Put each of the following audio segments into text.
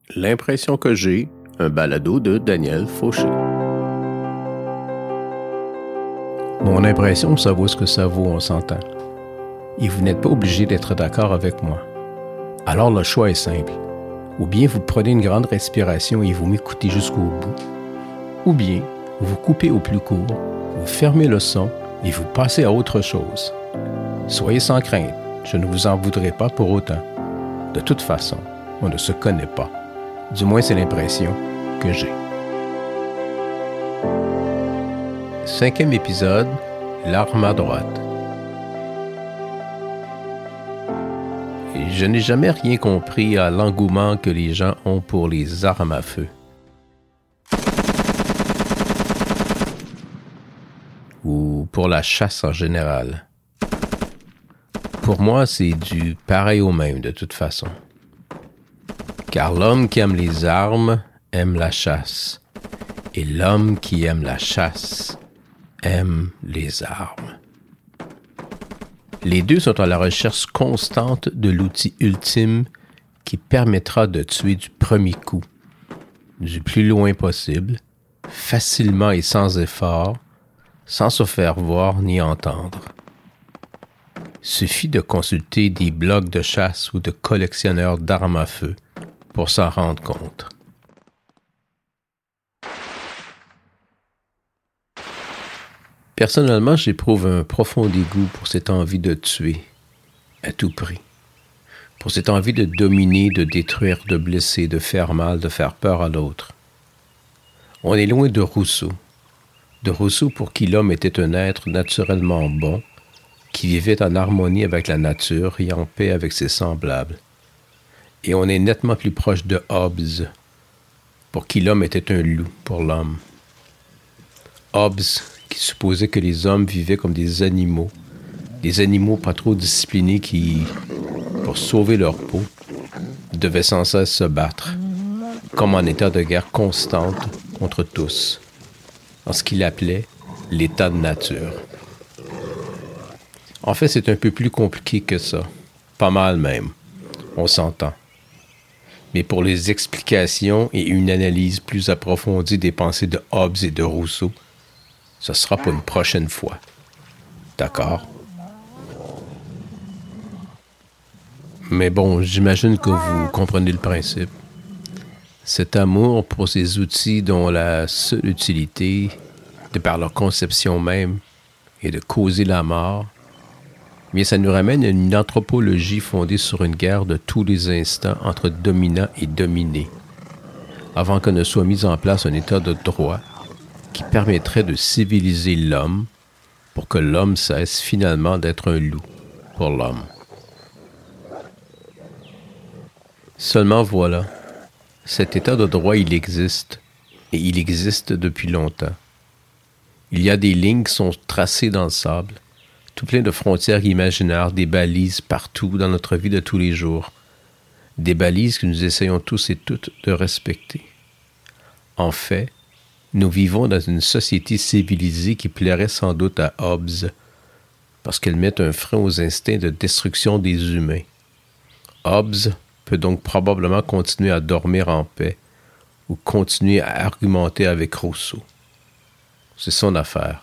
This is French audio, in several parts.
L'impression que j'ai, un balado de Daniel Fauché. Mon impression, ça vaut ce que ça vaut, on s'entend. Et vous n'êtes pas obligé d'être d'accord avec moi. Alors le choix est simple. Ou bien vous prenez une grande respiration et vous m'écoutez jusqu'au bout. Ou bien vous coupez au plus court, vous fermez le son et vous passez à autre chose. Soyez sans crainte, je ne vous en voudrais pas pour autant. De toute façon, on ne se connaît pas. Du moins, c'est l'impression que j'ai. 5e épisode, l'arme à droite. Et je n'ai jamais rien compris à l'engouement que les gens ont pour les armes à feu. Ou pour la chasse en général. Pour moi, c'est du pareil au même de toute façon. Car l'homme qui aime les armes aime la chasse. Et l'homme qui aime la chasse aime les armes. Les deux sont à la recherche constante de l'outil ultime qui permettra de tuer du premier coup, du plus loin possible, facilement et sans effort, sans se faire voir ni entendre. Suffit de consulter des blogs de chasse ou de collectionneurs d'armes à feu pour s'en rendre compte. Personnellement, j'éprouve un profond dégoût pour cette envie de tuer, à tout prix. Pour cette envie de dominer, de détruire, de blesser, de faire mal, de faire peur à l'autre. On est loin de Rousseau. De Rousseau pour qui l'homme était un être naturellement bon, qui vivait en harmonie avec la nature et en paix avec ses semblables. Et on est nettement plus proche de Hobbes, pour qui l'homme était un loup pour l'homme. Hobbes, qui supposait que les hommes vivaient comme des animaux pas trop disciplinés qui, pour sauver leur peau, devaient sans cesse se battre, comme en état de guerre constante contre tous, en ce qu'il appelait l'état de nature. En fait, c'est un peu plus compliqué que ça, pas mal même, on s'entend. Mais pour les explications et une analyse plus approfondie des pensées de Hobbes et de Rousseau, ce sera pour une prochaine fois. D'accord? Mais bon, j'imagine que vous comprenez le principe. Cet amour pour ces outils dont la seule utilité, de par leur conception même, est de causer la mort, bien ça nous ramène à une anthropologie fondée sur une guerre de tous les instants entre dominant et dominé, avant que ne soit mis en place un état de droit qui permettrait de civiliser l'homme pour que l'homme cesse finalement d'être un loup pour l'homme. Seulement voilà, cet état de droit il existe, et il existe depuis longtemps. Il y a des lignes qui sont tracées dans le sable, tout plein de frontières imaginaires, des balises partout dans notre vie de tous les jours, des balises que nous essayons tous et toutes de respecter. En fait, nous vivons dans une société civilisée qui plairait sans doute à Hobbes, parce qu'elle met un frein aux instincts de destruction des humains. Hobbes peut donc probablement continuer à dormir en paix ou continuer à argumenter avec Rousseau. C'est son affaire.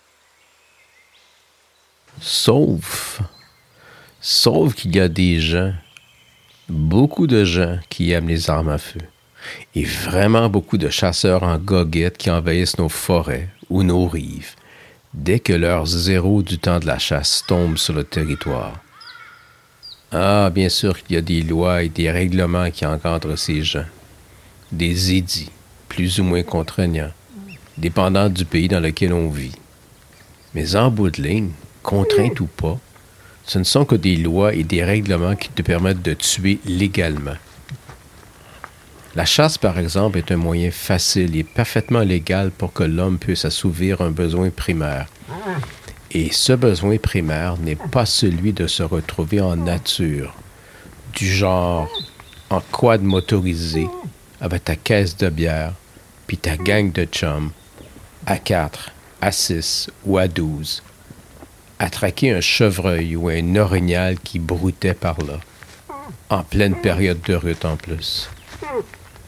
Sauf qu'il y a des gens, beaucoup de gens qui aiment les armes à feu. Et vraiment beaucoup de chasseurs en goguette qui envahissent nos forêts ou nos rives dès que l'heure zéro du temps de la chasse tombe sur le territoire. Ah, bien sûr qu'il y a des lois et des règlements qui encadrent ces gens. Des édits, plus ou moins contraignants, dépendant du pays dans lequel on vit. Mais en bout de ligne, contraintes ou pas, ce ne sont que des lois et des règlements qui te permettent de tuer légalement. La chasse, par exemple, est un moyen facile et parfaitement légal pour que l'homme puisse assouvir un besoin primaire. Et ce besoin primaire n'est pas celui de se retrouver en nature, du genre en quad motorisé, avec ta caisse de bière, puis ta gang de chums, à 4, à 6 ou à 12, à traquer un chevreuil ou un orignal qui broutait par là, en pleine période de rut en plus.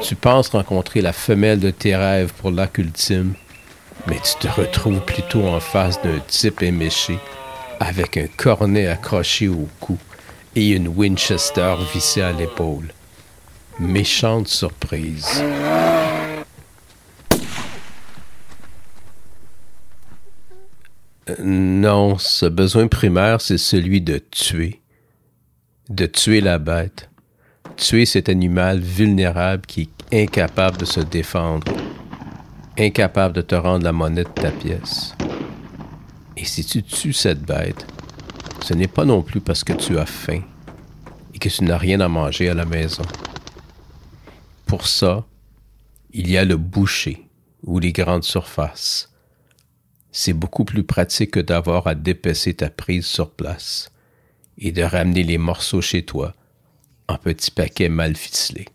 Tu penses rencontrer la femelle de tes rêves pour l'acte ultime, mais tu te retrouves plutôt en face d'un type éméché, avec un cornet accroché au cou et une Winchester vissée à l'épaule. Méchante surprise. Non, ce besoin primaire, c'est celui de tuer. De tuer la bête. Tuer cet animal vulnérable qui est incapable de se défendre. Incapable de te rendre la monnaie de ta pièce. Et si tu tues cette bête, ce n'est pas non plus parce que tu as faim et que tu n'as rien à manger à la maison. Pour ça, il y a le boucher ou les grandes surfaces. C'est beaucoup plus pratique que d'avoir à dépecer ta prise sur place et de ramener les morceaux chez toi en petits paquets mal ficelés.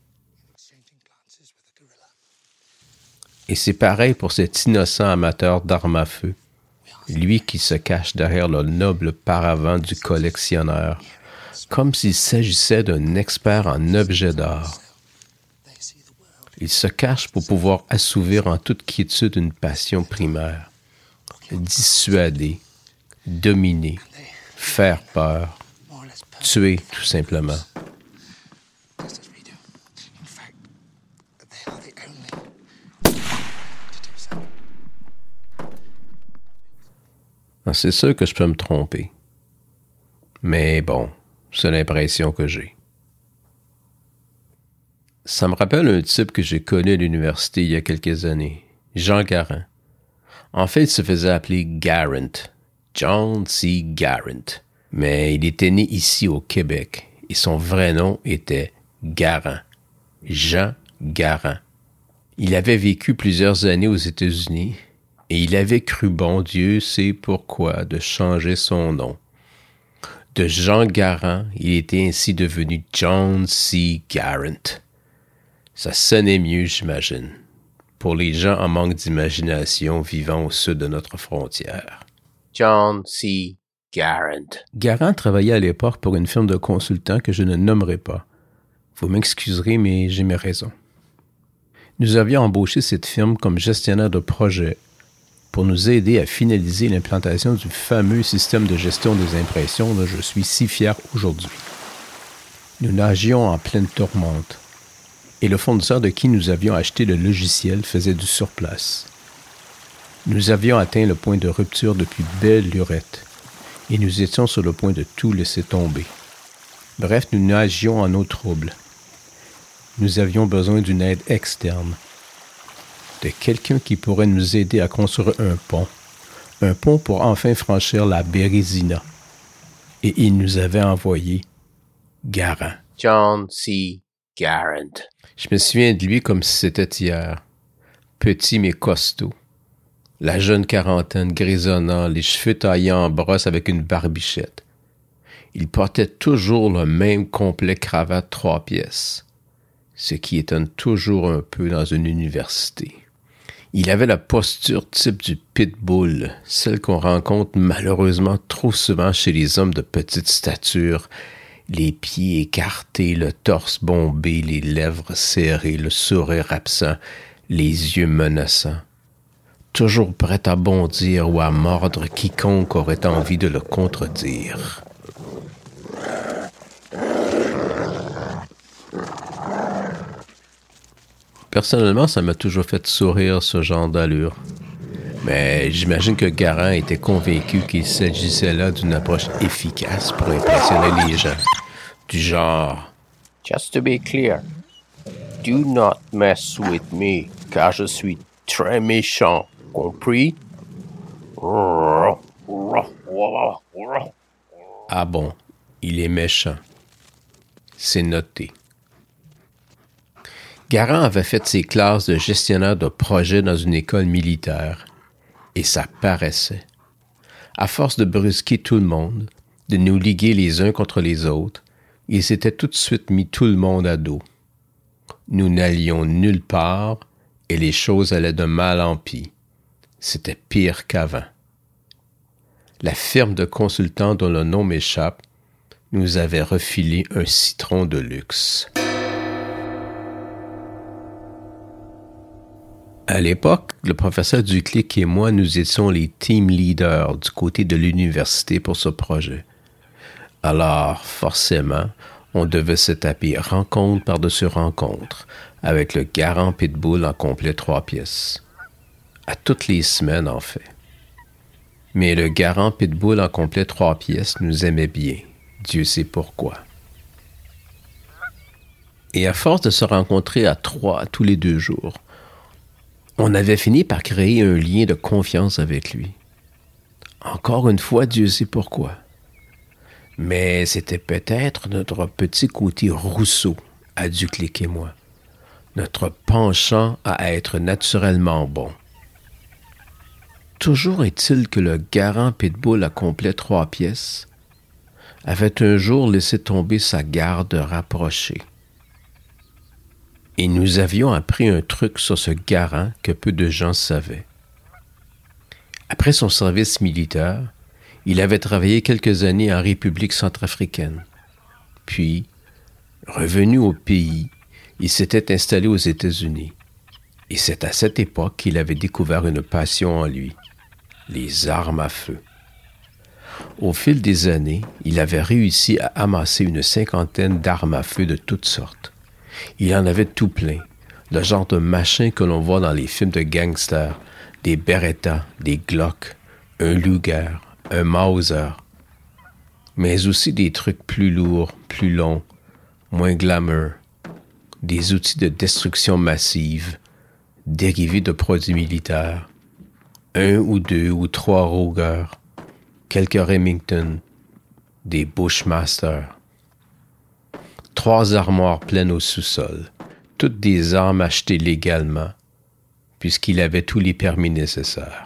Et c'est pareil pour cet innocent amateur d'armes à feu, lui qui se cache derrière le noble paravent du collectionneur, comme s'il s'agissait d'un expert en objets d'art. Il se cache pour pouvoir assouvir en toute quiétude une passion primaire, dissuader, dominer, faire peur, tuer tout simplement. C'est sûr que je peux me tromper. Mais bon, c'est l'impression que j'ai. Ça me rappelle un type que j'ai connu à l'université il y a quelques années, Jean Garant. En fait, il se faisait appeler Garant, John C. Garant. Mais il était né ici au Québec et son vrai nom était Garant, Jean Garant. Il avait vécu plusieurs années aux États-Unis et il avait cru bon Dieu sait pourquoi de changer son nom. De Jean Garant, il était ainsi devenu John C. Garant. Ça sonnait mieux, j'imagine, pour les gens en manque d'imagination vivant au sud de notre frontière. John C. Garant. Garant travaillait à l'époque pour une firme de consultants que je ne nommerai pas. Vous m'excuserez, mais j'ai mes raisons. Nous avions embauché cette firme comme gestionnaire de projet pour nous aider à finaliser l'implantation du fameux système de gestion des impressions dont je suis si fier aujourd'hui. Nous nagions en pleine tourmente, et le fournisseur de qui nous avions acheté le logiciel faisait du surplace. Nous avions atteint le point de rupture depuis belle lurette, et nous étions sur le point de tout laisser tomber. Bref, nous nagions en eau trouble. Nous avions besoin d'une aide externe, de quelqu'un qui pourrait nous aider à construire un pont pour enfin franchir la Bérésina. Et il nous avait envoyé Garant. John C. Garant. Je me souviens de lui comme si c'était hier. Petit mais costaud. La jeune quarantaine grisonnant, les cheveux taillés en brosse avec une barbichette. Il portait toujours le même complet cravate 3 pièces, ce qui étonne toujours un peu dans une université. Il avait la posture type du pitbull, celle qu'on rencontre malheureusement trop souvent chez les hommes de petite stature, les pieds écartés, le torse bombé, les lèvres serrées, le sourire absent, les yeux menaçants. Toujours prêt à bondir ou à mordre quiconque aurait envie de le contredire. Personnellement, ça m'a toujours fait sourire ce genre d'allure. Mais j'imagine que Garant était convaincu qu'il s'agissait là d'une approche efficace pour impressionner les gens. Du genre « Just to be clear, do not mess with me, car je suis très méchant, compris? » Ah bon, il est méchant. C'est noté. Garant avait fait ses classes de gestionnaire de projet dans une école militaire. Et ça paraissait. À force de brusquer tout le monde, de nous liguer les uns contre les autres, il s'était tout de suite mis tout le monde à dos. Nous n'allions nulle part et les choses allaient de mal en pis. C'était pire qu'avant. La firme de consultants dont le nom m'échappe nous avait refilé un citron de luxe. À l'époque, le professeur Duclic et moi, nous étions les team leaders du côté de l'université pour ce projet. Alors, forcément, on devait se taper rencontre par-dessus rencontre avec le garant Pitbull en complet 3 pièces. À toutes les semaines, en fait. Mais le garant Pitbull en complet 3 pièces nous aimait bien. Dieu sait pourquoi. Et à force de se rencontrer à 3 tous les 2 jours, on avait fini par créer un lien de confiance avec lui. Encore une fois, Dieu sait pourquoi. Mais c'était peut-être notre petit côté Rousseau à Duclic et moi. Notre penchant à être naturellement bon. Toujours est-il que le garant Pitbull à complet 3 pièces avait un jour laissé tomber sa garde rapprochée. Et nous avions appris un truc sur ce garant que peu de gens savaient. Après son service militaire, il avait travaillé quelques années en République centrafricaine. Puis, revenu au pays, il s'était installé aux États-Unis. Et c'est à cette époque qu'il avait découvert une passion en lui, les armes à feu. Au fil des années, il avait réussi à amasser une 50aine d'armes à feu de toutes sortes. Il en avait tout plein, le genre de machin que l'on voit dans les films de gangsters, des Beretta, des Glock, un Luger, un Mauser, mais aussi des trucs plus lourds, plus longs, moins glamour, des outils de destruction massive, dérivés de produits militaires, 1 ou 2 ou 3 Ruger, quelques Remington, des Bushmaster, 3 armoires pleines au sous-sol, toutes des armes achetées légalement, puisqu'il avait tous les permis nécessaires.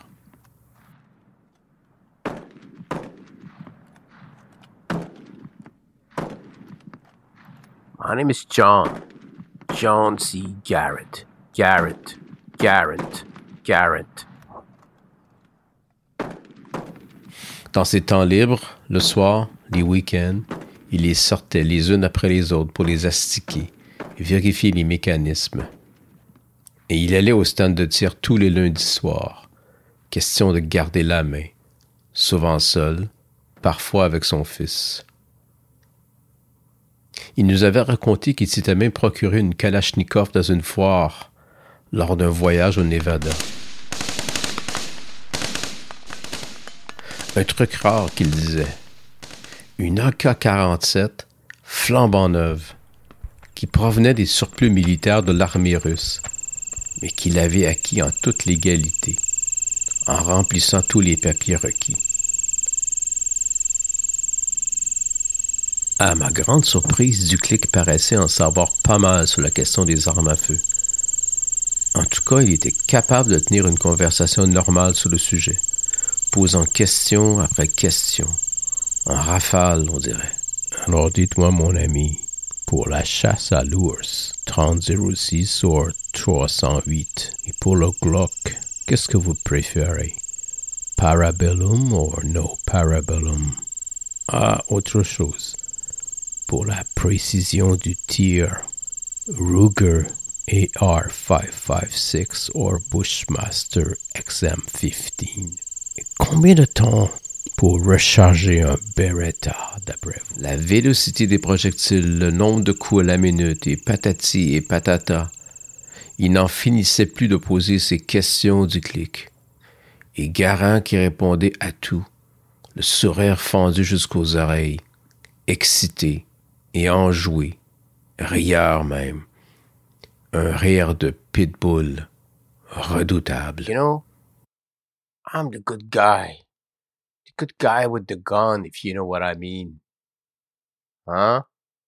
My name is John. John C. Garrett. Garrett. Dans ses temps libres, le soir, les week-ends, il les sortait les unes après les autres pour les astiquer et vérifier les mécanismes. Et il allait au stand de tir tous les lundis soirs. Question de garder la main, souvent seul, parfois avec son fils. Il nous avait raconté qu'il s'était même procuré une Kalachnikov dans une foire lors d'un voyage au Nevada. Un truc rare qu'il disait. Une AK-47 flambant neuve qui provenait des surplus militaires de l'armée russe, mais qu'il avait acquis en toute légalité, en remplissant tous les papiers requis. À ma grande surprise, Duclic paraissait en savoir pas mal sur la question des armes à feu. En tout cas, il était capable de tenir une conversation normale sur le sujet, posant question après question, en rafale, on dirait. Alors dites-moi, mon ami, pour la chasse à l'ours, 3006 ou 308, et pour le Glock, qu'est-ce que vous préférez? Parabellum ou no parabellum? Ah, autre chose. Pour la précision du tir, Ruger AR-556 ou Bushmaster XM15. Et combien de temps pour recharger un Beretta, d'après vous? La vélocité des projectiles, le nombre de coups à la minute, et patati et patata. Il n'en finissait plus de poser ces questions du clic. Et Garant qui répondait à tout, le sourire fendu jusqu'aux oreilles, excité et enjoué, rieur même. Un rire de pitbull redoutable. You know, I'm the good guy. The good guy with the gun, if you know what I mean. Huh?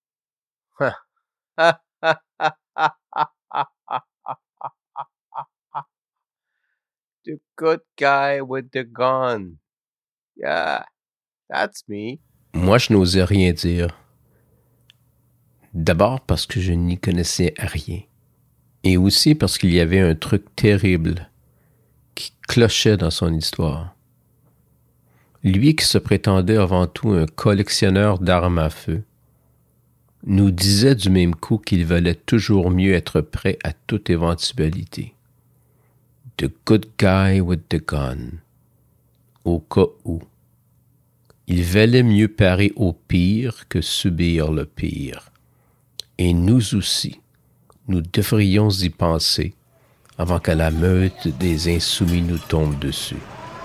The good guy with the gun. Yeah, that's me. Moi, je n'osais rien dire. D'abord parce que je n'y connaissais rien. Et aussi parce qu'il y avait un truc terrible qui clochait dans son histoire. Lui qui se prétendait avant tout un collectionneur d'armes à feu, nous disait du même coup qu'il valait toujours mieux être prêt à toute éventualité. The good guy with the gun. Au cas où. Il valait mieux parer au pire que subir le pire. Et nous aussi, nous devrions y penser avant que la meute des insoumis nous tombe dessus.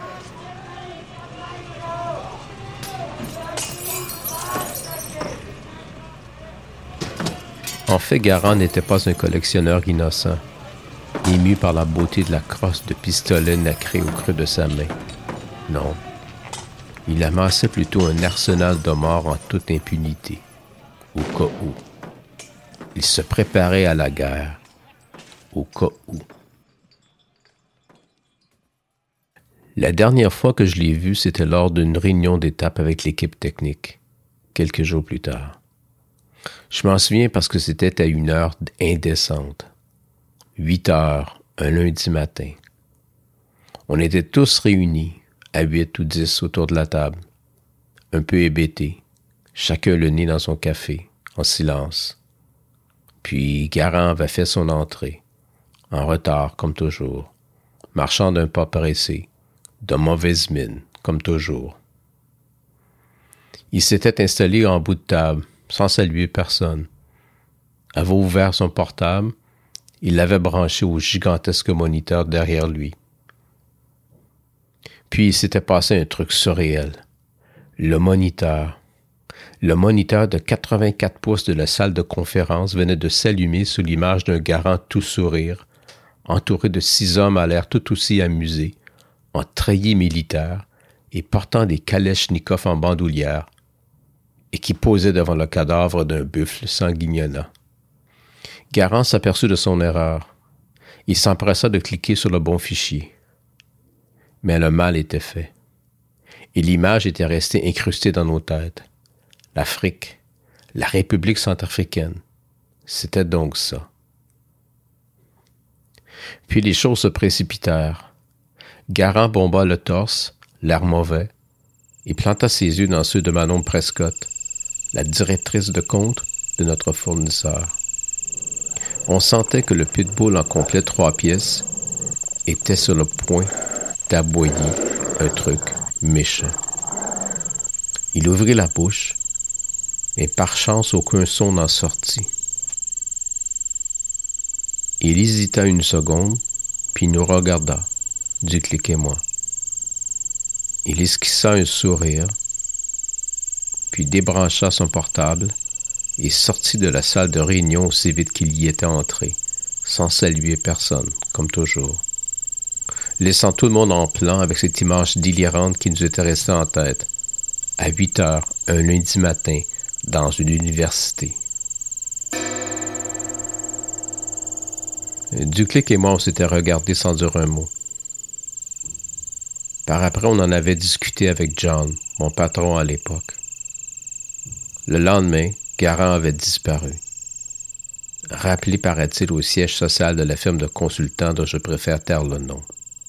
En fait, Garand n'était pas un collectionneur innocent, ému par la beauté de la crosse de pistolet nacré au creux de sa main. Non. Il amassait plutôt un arsenal de morts en toute impunité, au cas où. Il se préparait à la guerre, au cas où. La dernière fois que je l'ai vu, c'était lors d'une réunion d'étape avec l'équipe technique, quelques jours plus tard. Je m'en souviens parce que c'était à une heure indécente. 8 heures, un lundi matin. On était tous réunis, à 8 ou 10 autour de la table, un peu hébétés, chacun le nez dans son café, en silence. Puis Garand avait fait son entrée, en retard comme toujours, marchant d'un pas pressé, de mauvaise mine comme toujours. Il s'était installé en bout de table, sans saluer personne, avait ouvert son portable, il l'avait branché au gigantesque moniteur derrière lui. Puis il s'était passé un truc surréel. Le moniteur de 84 pouces de la salle de conférence venait de s'allumer sous l'image d'un Garand tout sourire, entouré de 6 hommes à l'air tout aussi amusés, en treillis militaire et portant des kalachnikovs en bandoulière, et qui posaient devant le cadavre d'un buffle sanguignonnant. Garand s'aperçut de son erreur. Il s'empressa de cliquer sur le bon fichier. Mais le mal était fait. Et l'image était restée incrustée dans nos têtes. L'Afrique, la République centrafricaine, c'était donc ça. Puis les choses se précipitèrent. Garand bomba le torse, l'air mauvais, et planta ses yeux dans ceux de Manon Prescott, la directrice de compte de notre fournisseur. On sentait que le pitbull en complet 3 pièces était sur le point d'aboyer un truc méchant. Il ouvrit la bouche, mais par chance aucun son n'en sortit. Il hésita une seconde, puis nous regarda, Duclic et moi. Il esquissa un sourire, puis débrancha son portable et sortit de la salle de réunion aussi vite qu'il y était entré, sans saluer personne, comme toujours, laissant tout le monde en plan avec cette image délirante qui nous était restée en tête, à 8 heures, un lundi matin, dans une université. Duclic et moi, on s'était regardés sans dire un mot. Par après, on en avait discuté avec John, mon patron à l'époque. Le lendemain, Garand avait disparu. Rappelé, paraît-il, au siège social de la firme de consultants dont je préfère taire le nom.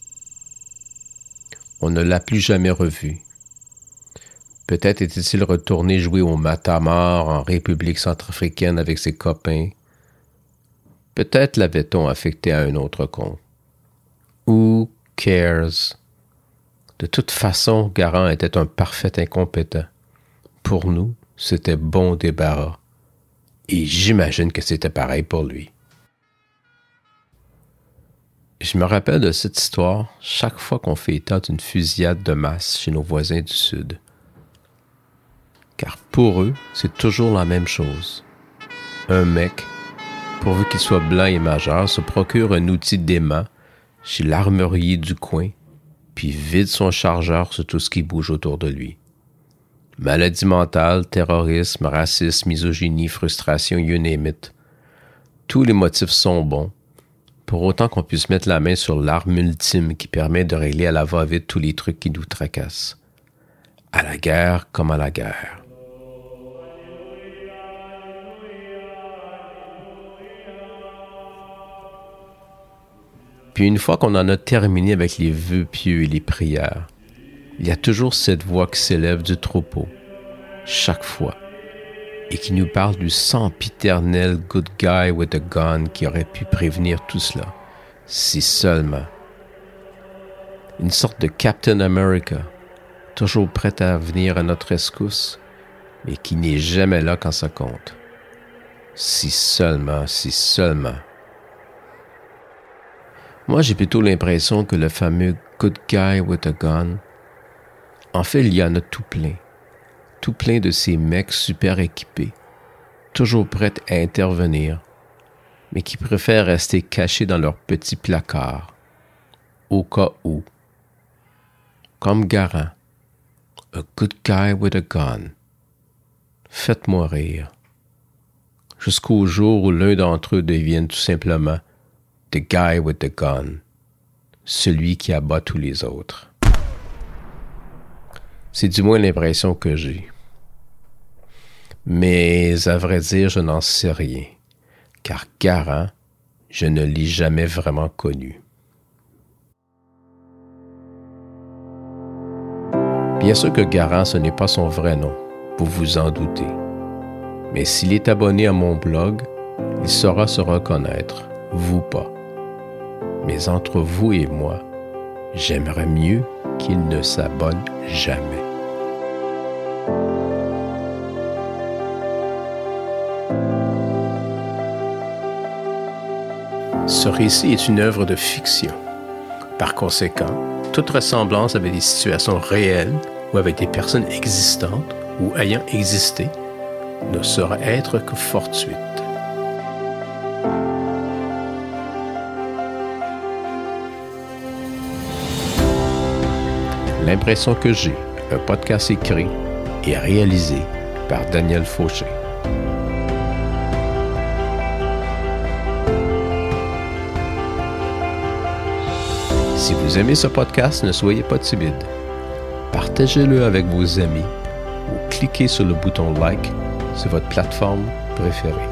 On ne l'a plus jamais revu. Peut-être était-il retourné jouer au matamor en République centrafricaine avec ses copains. Peut-être l'avait-on affecté à un autre compte. Who cares? De toute façon, Garand était un parfait incompétent. Pour nous, c'était bon débarras. Et j'imagine que c'était pareil pour lui. Je me rappelle de cette histoire chaque fois qu'on fait état d'une fusillade de masse chez nos voisins du Sud. Car pour eux, c'est toujours la même chose. Un mec, pourvu qu'il soit blanc et majeur, se procure un outil d'aimant chez l'armurier du coin, puis vide son chargeur sur tout ce qui bouge autour de lui. Maladie mentale, terrorisme, racisme, misogynie, frustration, you name it. Tous les motifs sont bons, pour autant qu'on puisse mettre la main sur l'arme ultime qui permet de régler à la va-vite tous les trucs qui nous tracassent. À la guerre comme à la guerre. Puis une fois qu'on en a terminé avec les vœux pieux et les prières, il y a toujours cette voix qui s'élève du troupeau, chaque fois, et qui nous parle du sempiternel good guy with a gun qui aurait pu prévenir tout cela, si seulement Une sorte de Captain America, toujours prêt à venir à notre rescousse, mais qui n'est jamais là quand ça compte. Si seulement. Moi, j'ai plutôt l'impression que le fameux « good guy with a gun », en fait, il y en a tout plein de ces mecs super équipés, toujours prêts à intervenir, mais qui préfèrent rester cachés dans leur petit placard, au cas où. Comme Garant, « a good guy with a gun ». Faites-moi rire. Jusqu'au jour où l'un d'entre eux devienne tout simplement « the guy with the gun », celui qui abat tous les autres. C'est du moins l'impression que j'ai. Mais à vrai dire, je n'en sais rien, car Garant, je ne l'ai jamais vraiment connu. Bien sûr que Garant, ce n'est pas son vrai nom, vous vous en doutez. Mais s'il est abonné à mon blog, il saura se reconnaître, vous pas. Mais entre vous et moi, j'aimerais mieux qu'il ne s'abonne jamais. Ce récit est une œuvre de fiction. Par conséquent, toute ressemblance avec des situations réelles ou avec des personnes existantes ou ayant existé ne saura être que fortuite. L'impression que j'ai, un podcast écrit et réalisé par Daniel Fauché. Si vous aimez ce podcast, ne soyez pas timide. Partagez-le avec vos amis ou cliquez sur le bouton like sur votre plateforme préférée.